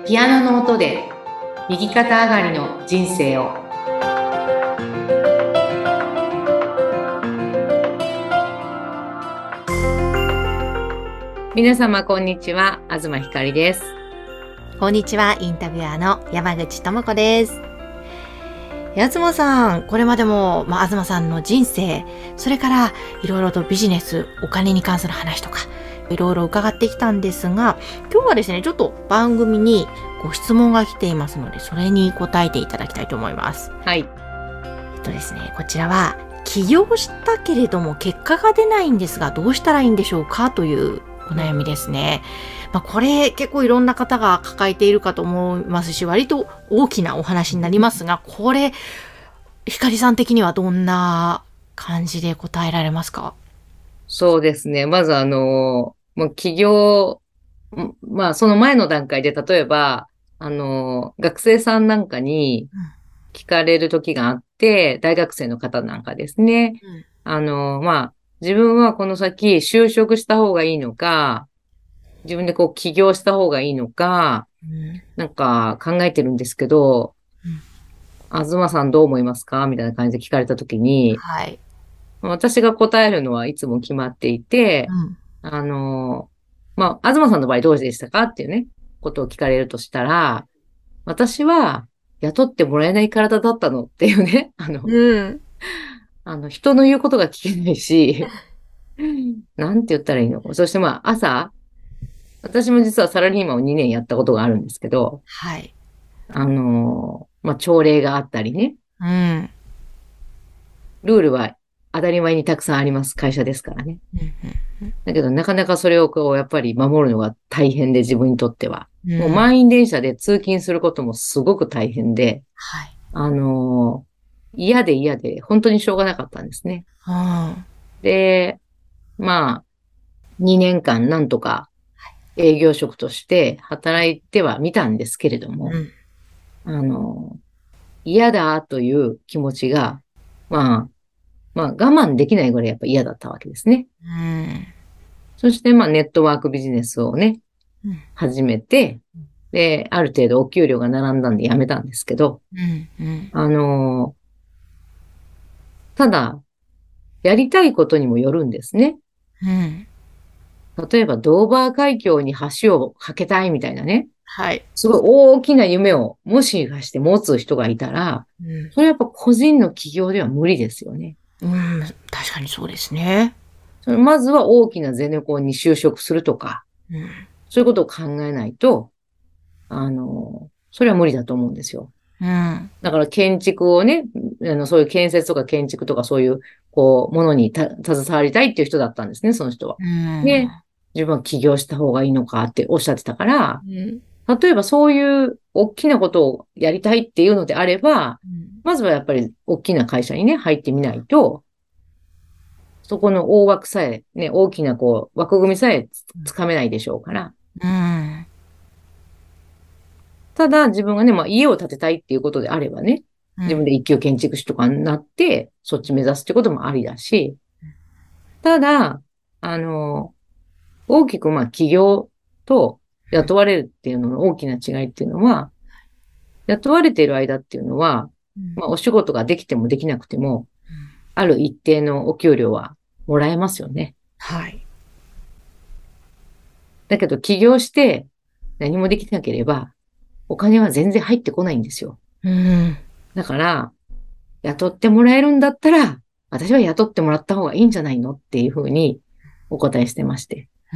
ピアノの音で右肩上がりの人生を。皆様こんにちは、東ひかりです。 こんにちは、インタビュアーの山口智子です。東さん、これまでも、東さんの人生、それからいろいろとビジネス、お金に関する話とか、いろいろ伺ってきたんですが、今日はですね、ちょっと番組にご質問が来ていますので、それに答えていただきたいと思います。 はい。 ですね、こちらは、起業したけれども結果が出ないんですが、どうしたらいいんでしょうかというお悩みですね。これ結構いろんな方が抱えているかと思いますし、割と大きなお話になりますが、これ、ひかりさん的にはどんな感じで答えられますか？ そうですね。まずもう起業、その前の段階で、例えば、学生さんなんかに聞かれる時があって、大学生の方なんかですね。 うん。 自分はこの先就職した方がいいのか、自分でこう起業した方がいいのか、 うん。 なんか考えてるんですけど、東さんどう思いますかみたいな感じで聞かれた時に、 はい。 私が答えるのはいつも決まっていて、 うん。 あの、東さんの場合どうでしたかっていうね、ことを聞かれるとしたら、私は雇ってもらえない体だったのっていうね、 うん。 人の言うことが聞けないし、なんて言ったらいいの。そして朝、私も実はサラリーマンを2年やったことがあるんですけど、 はい。 朝礼があったりね、 うん。 ルールは当たり前にたくさんあります。会社ですからね。 うん。 だけど、なかなかそれをこう、やっぱり守るのが大変で、自分にとっては。もううん。 満員電車で通勤することもすごく大変で、 はい。 あの嫌で嫌で、本当にしょうがなかったんですね。 うん。 で、まあ、2年間なんとか営業職として働いてはみたんですけれども、 うん。 あの嫌だという気持ちが、ま我慢できないぐらいやっぱ嫌だったわけですね。 うん。 そしてネットワークビジネスをね、 うん。 始めて、で、ある程度お給料が並んだんで辞めたんですけど、 うん。うん。 あのただ、やりたいことにもよるんですね。 うん。 例えば、ドーバー海峡に橋を架けたいみたいなね、 はい。 すごい大きな夢をもしかして持つ人がいたら、 うん。 それはやっぱ個人の起業では無理ですよね。 うん。確かにそうですね。 まずは大きなゼネコンに就職するとか、 うん。 そういうことを考えないと、それは無理だと思うんですよ。 うん。 だから建築をね、そういう建設とか建築とかそういう、こう、ものに携わりたいっていう人だったんですね、その人は。 うん。 で、自分は起業した方がいいのかっておっしゃってたから、 うん。 例えばそういう大きなことをやりたいっていうのであれば、まずはやっぱり大きな会社にね、入ってみないと、そこの大枠さえ、ね、大きなこう、枠組みさえつかめないでしょうから。 うん。 ただ自分がね、家を建てたいっていうことであればね、 うん。 自分で一級建築士とかになって、そっち目指すってこともありだし、ただ、あの、大きく起業と雇われるっていうのの大きな違いっていうのは、雇われている間っていうのは、 うん。 お仕事ができてもできなくても、ある一定のお給料はもらえますよね。 はい。 だけど起業して何もできなければ、お金は全然入ってこないんですよ。 うん。 だから、雇ってもらえるんだったら、私は雇ってもらった方がいいんじゃないのっていうふうにお答えしてまして。 うん。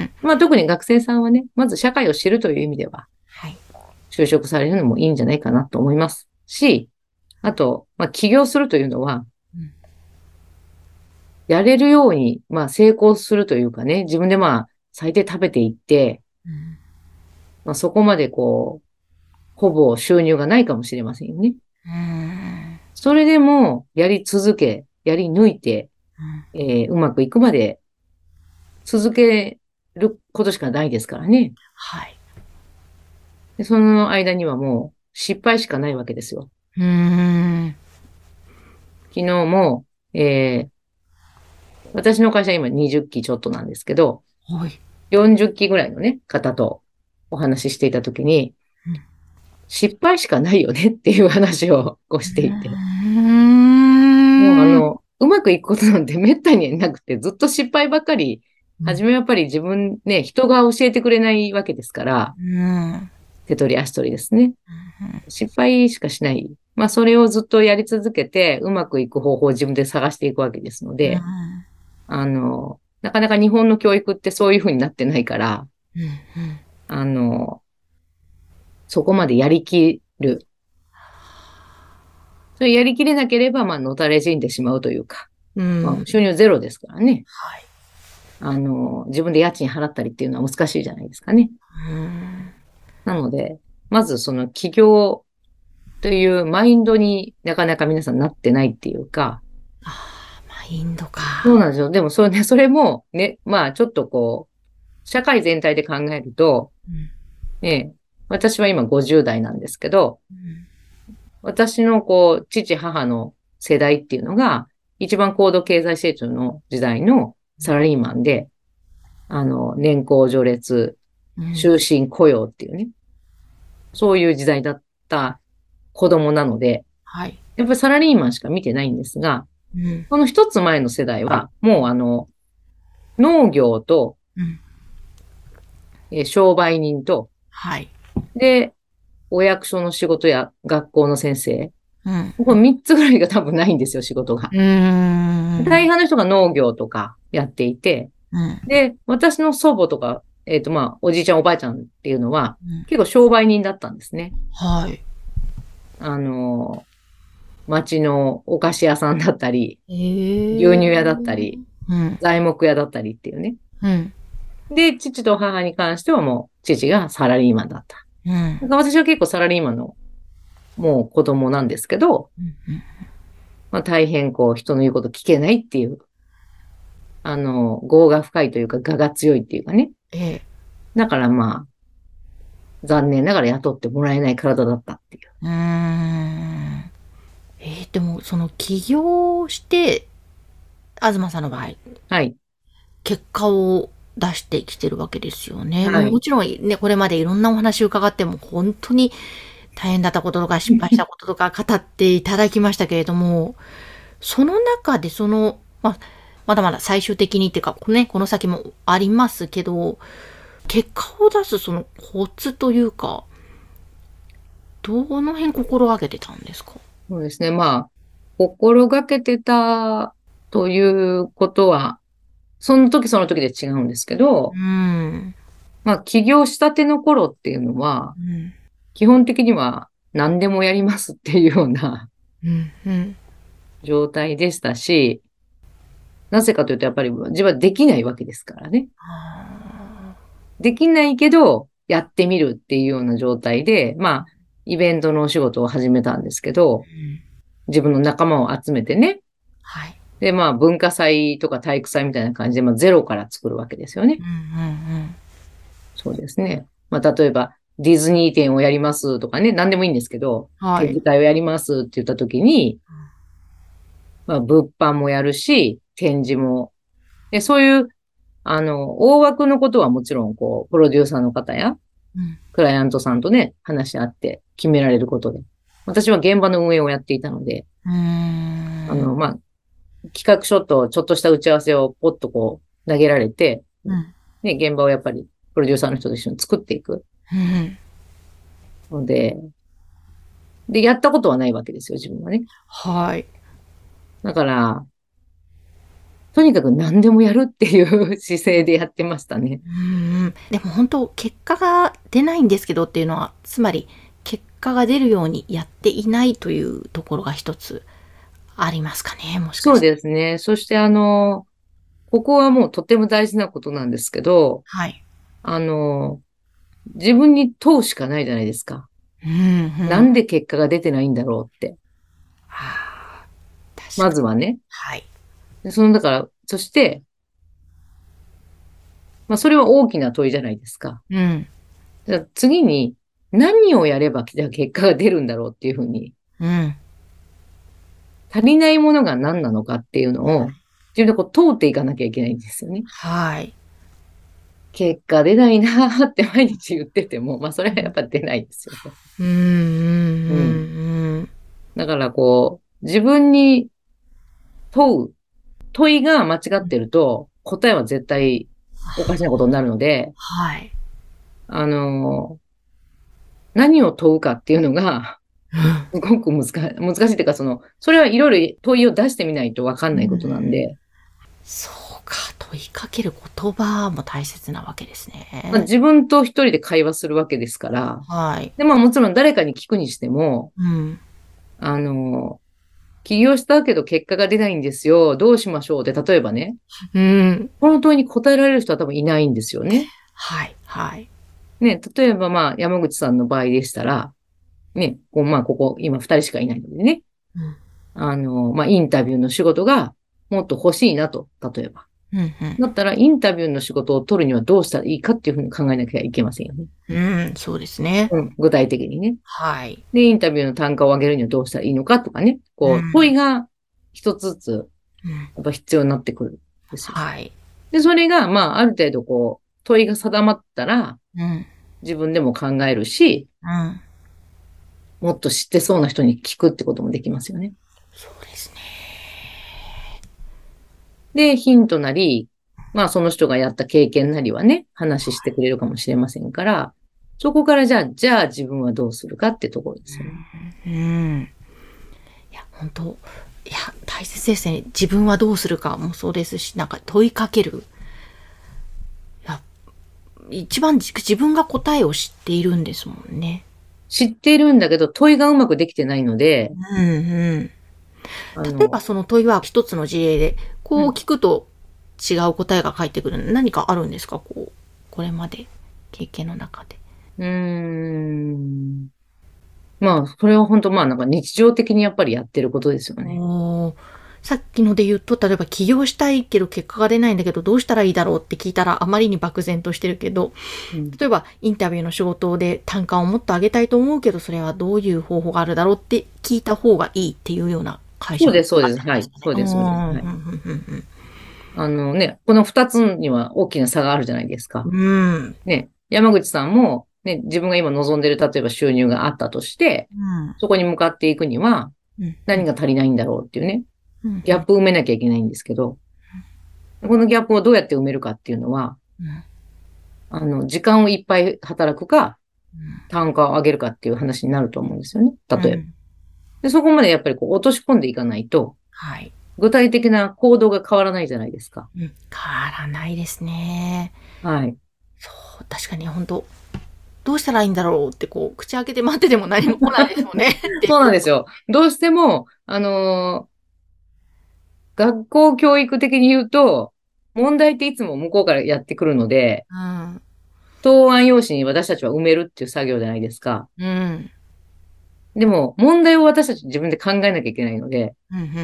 特に学生さんはね、まず社会を知るという意味では、 はい。 就職されるのもいいんじゃないかなと思いますし、あと、起業するというのは、 うん。 やれるように、成功するというかね、自分で最低食べていって、 うん。 そこまでこう、ほぼ収入がないかもしれませんよね。 うん。 それでも、やり続け、やり抜いて、うまくいくまで続けることしかないですからね。 はい。 で、その間にはもう失敗しかないわけですよ。 うん。 昨日も、私の会社今20期ちょっとなんですけど、 はい。 40期ぐらいのね、方とお話ししていたときに、 うん。 失敗しかないよねっていう話をこうしていて。 うーん。 うまくいくことなんてめったになくて、ずっと失敗ばっかり、 うん。 初めはやっぱり自分ね、人が教えてくれないわけですから、 うん。 手取り足取りですね。失敗しかしない。まあ、それをずっとやり続けて、うまくいく方法を自分で探していくわけですのうん。 で、なかなか日本の教育ってそういうふうになってないから、 うん。 あの、そこまでやりきる。それやりきれなければ、まあ、のたれ死んでしまうというか、 うん。 まあ、収入ゼロですからね。 はい。 自分で家賃払ったりっていうのは難しいじゃないですかね。 うん。 なので、まずその起業というマインドになかなか皆さんなってないっていうか、 ああ、マインドか。 そうなんですよ。でもそれね、それもね、まあちょっとこう、社会全体で考えると、 うん。 ね、私は今50代なんですけど、 うん。 私のこう、父、母の世代っていうのが、一番高度経済成長の時代のサラリーマンで、年功序列、 うん。 終身雇用っていうね、そういう時代だった子供なので、 はい。 やっぱりサラリーマンしか見てないんですが、 うん。 この一つ前の世代は、もう農業と、 うん。 商売人と、 はい。 で、お役所の仕事や学校の先生。 うん。 これ三つぐらいが多分ないんですよ、仕事が。 うーん。 大半の人が農業とかやっていて、 うん。 で、私の祖母とか、まあ、おじいちゃんおばあちゃんっていうのは、 うん。 結構商売人だったんですね。 はい。 あの、町のお菓子屋さんだったり、牛ええ。 乳屋だったり、 うん。 材木屋だったりっていうね。 うん。 で、父と母に関してはもう、父がサラリーマンだった。 うん。 だから私は結構サラリーマンの、もう子供なんですけど、 うん。 まあ大変こう、人の言うこと聞けないっていう、業が深いというか、我が強いっていうかね。 ええ。 だからまあ、残念ながら雇ってもらえない体だったっていう。 うーん。でも、その起業して、東さんの場合、 はい。 結果を出してきてるわけですよね。まあ、 はい。 もちろんね、これまでいろんなお話を伺っても、本当に大変だったこととか失敗したこととか語っていただきましたけれども、その中でまあ、まだまだ最終的にっていうか、ね、この先もありますけど、結果を出すそのコツというか、どの辺心がけてたんですか？ そうですね。まあ、心がけてたということは、その時その時で違うんですけど、 うーん。 まあ、起業したての頃っていうのは、 うん。 基本的には何でもやりますっていうようなうん。うん。 状態でしたし、なぜかというとやっぱり自分はできないわけですからね。 あできないけど、やってみるっていうような状態で、まあ、イベントのお仕事を始めたんですけど、 ー。うん。 自分の仲間を集めてね。 はい。 で、まあ、文化祭とか体育祭みたいな感じで、まあ、ゼロから作るわけですよね。 うん。うん。 そうですね。まあ、例えば、ディズニー展をやりますとかね、何でもいいんですけど、 はい。 展示会をやりますって言った時に、まあ、物販もやるし、展示も。で、そういう、大枠のことはもちろん、こう、プロデューサーの方や、 うん。 クライアントさんとね、話し合って決められることで。私は現場の運営をやっていたので、 うーん。 まあ、企画書とちょっとした打ち合わせをポッとこう投げられて、 うん。 ね、現場をやっぱりプロデューサーの人と一緒に作っていくうん。 ので、で、やったことはないわけですよ、自分はね。 はい。 だから、とにかく何でもやるっていう姿勢でやってましたね。 うん。でも本当、結果が出ないんですけどっていうのは、つまり、結果が出るようにやっていないというところが一つありますかね、もしかそうして。 ですね。そしてここはもうとても大事なことなんですけど、 はい。 あの、自分に問うしかないじゃないですか。 うん、うん。 なんで結果が出てないんだろうって。 ああ、確かに。 まずはね。 はい。 だから、そして、まあ、それは大きな問いじゃないですか。 うん、 じゃあ次に、何をやれば、じゃあ結果が出るんだろうっていうふうに、 うん。 足りないものが何なのかっていうのを、自分でこう問うていかなきゃいけないんですよね。 はい。 結果出ないなーって毎日言ってても、まあそれはやっぱ出ないですよね。 うん、うん、 うん。 うん、 だからこう、自分に問いが間違ってると、答えは絶対おかしなことになるので、 はい。 あの何を問うかっていうのが、すごく難しいっていうか、それはいろいろ問いを出してみないとわかんうないことなんん、 で、 そうか、問いかける言葉も大切なわけですまあ、 ね。 自分と一人で会話するわけですから、 はい。 で、まあもちろん誰かに聞くにしても、 うん。 あの起業したけど結果が出ないんですよ。どうしましょうって、例えばね、 うん。 この問いに答えられる人は多分いないんですよね。 はい、はい。 ね、例えばまあ山口さんの場合でしたら、ね、まあここ今二人しかいないのでね、 うん、 まあインタビューの仕事がもっと欲しいなと、例えば。 うん、 だったらインタビューの仕事を取るにはどうしたらいいかっていうふうに考えなきゃいけませんよね。 うん。うん、そうですね。 うん、具体的にね。 はい。 で、インタビューの単価を上げるにはどうしたらいいのかとかね。こう、問いうん、 が一つずつうん。 やっぱ必要になってくるんですよ。 はい。 で、それが、まあ、ある程度こう、問いが定まったら、 うん、 自分でも考えるし、 うん。 もっと知ってそうな人に聞くってこともできますよね。 そうですね。 で、ヒントなり、まあ、その人がやった経験なりはね、話してくれるかもしれませんから、そこからじゃあ自分はどうするかってところですよね。 うん。いや、本当いや、大切ですね。自分はどうするかもそうですし、なんか問いかける。いや、一番自分が答えを知っているんですもんね。 知っているんだけど、問いがうまくできてないので、 うん、うん。 あの、 例えばその問いは一つの事例で、こううん、 聞くと違う答えが返ってくる。何かあるんですかこれまで経験の中で。 うーん。まあ、それは本当まあ、なんか日常的にやっぱりやってることですよね。 おー、さっきので言うと、例えば起業したいけど結果が出ないんだけど、どうしたらいいだろうって聞いたらあまりに漠然としてるけど、 うん。 例えばインタビューの仕事で単価をもっと上げたいと思うけど、それはどういう方法があるだろうって聞いた方がいいっていうような解釈そうです、そうです。 がありはい。 ましたね。 そうです、そうです。はい。この二つには大きな差があるじゃないですか。 うん。 ね、山口さんも、ね、自分が今望んでる、例えば収入があったとして、 うん。 そこに向かっていくには、 うん。うん。 何が足りないんだろうっていうね、 うん。 ギャップ埋めなきゃいけないんですけど、このギャップをどうやって埋めるかっていうのは、 うん。 時間をいっぱい働くか、単価を上げるかっていう話になると思うんですよね。例えば。 うん。 で、そこまでやっぱりこう落とし込んでいかないと、 はい。 具体的な行動が変わらないじゃないですか。 うん。変わらないですね。 はい。 そう、確かに本当どうしたらいいんだろうって口開けて待ってても何も来ないですもんね。っていう。 そうなんですよ。どうしても、学校教育的に言うと、問題っていつも向こうからやってくるので、 うん。 答案用紙に私たちは埋めるっていう作業じゃないですか。 うん。 でも、問題を私たち自分で考えなきゃいけないので、 うん、うん、うん。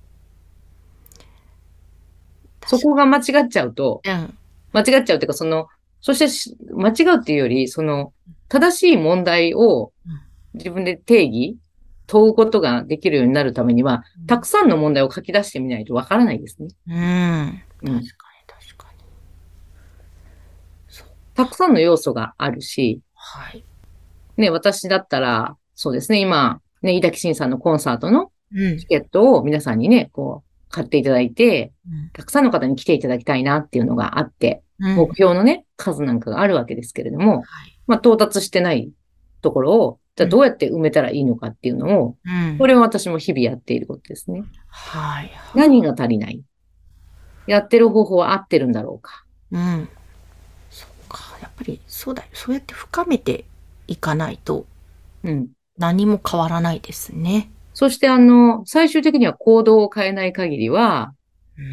確かそこが間違っちゃうと、 に。うん。 間違っちゃうっていうか、そして間違うっていうより、正しい問題を自分で問うことができるようになるためには、たくさんの問題を書き出してみないとわからないですね。 うん。うん。 うん。 確かに、確かに。そう。 たくさんの要素があるし、 はい。 ね、私だったら、そうですね、今、ね、井崎慎さんのコンサートのうん。 チケットを皆さんにね、こう、買っていただいて、 うん。 たくさんの方に来ていただきたいなっていうのがあって、 うん。 目標のね、数なんかがあるわけですけれども、 はい。 まあ、到達してないところを、じゃうん。 あどうやって埋めたらいいのかっていうのを、 うん。 これを私も日々やっていることですね。 はい。 何が足りない？やってる方法は合ってるんだろうか？ うん。そっか。やっぱり、そうだよ。そうやって深めていかないとうん。 何も変わらないですね。 そして最終的には行動を変えない限りは、 うん。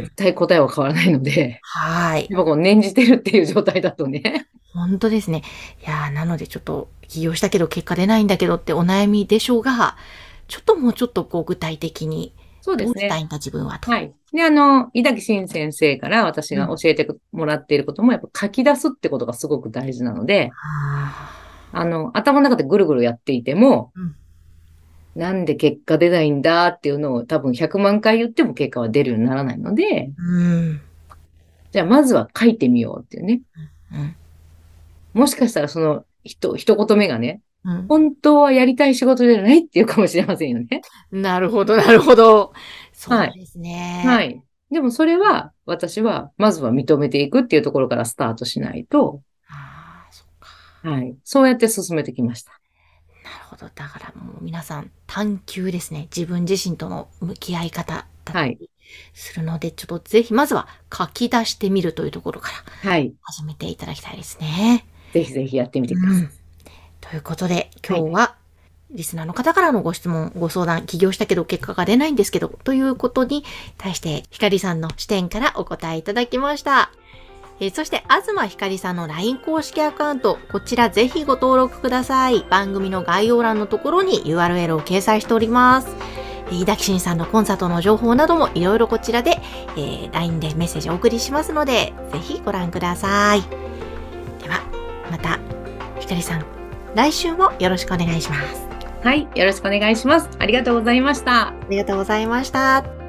絶対答えは変わらないので、 はい。 やっぱこう念じてるっていう状態だとね。 本当ですね。いやー、なのでちょっと起業したけど結果出ないんだけどってお悩みでしょうが、ちょっともうちょっと具体的に、 そうですね。 どうしたいんだ自分はと。 はい。で、井崎慎先生から私うん。 が教えてもらっていることも、やっぱ書き出すってことがすごく大事なので、 あ頭の中でぐるぐるやっていても、 ーうん。 なんで結果出ないんだっていうのを多分100万回言っても結果は出るようにならないので、 うん。 じゃあまずは書いてみようっていうね。 うんもしかしたらその一言目がね、 うん本当はやりたい仕事じゃないっていうかもしれませんよね。 なるほど、なるほど。そはい。 うですね。 はい。でもそれは、私は、まずは認めていくっていうところからスタートしないと、 ああ、そっか。 はい。そうやって進めてきました。 なるほど。だからもう皆さん探求ですね。自分自身との向き合い方だったはい。 りするので、ちょっとぜひまずは書き出してみるというところからはい。 始めていただきたいですね。 ぜひぜひやってみてください。 うん。ということで、 はい。 今日はリスナーの方からのご質問、ご相談、起業したけど結果が出ないんですけど、ということに対して、ひかりさんの視点からお答えいただきました。そして、東ひかりさんの LINE 公式アカウント、こちらぜひご登録ください。番組の概要欄のところに URL を掲載しております。井田紀さんのコンサートの情報などもいろいろこちらで、LINE でメッセージをお送りしますので、ぜひご覧ください。では、また、ひかりさん、来週もよろしくお願いします。 はい。よろしくお願いします。ありがとうございました。 ありがとうございました。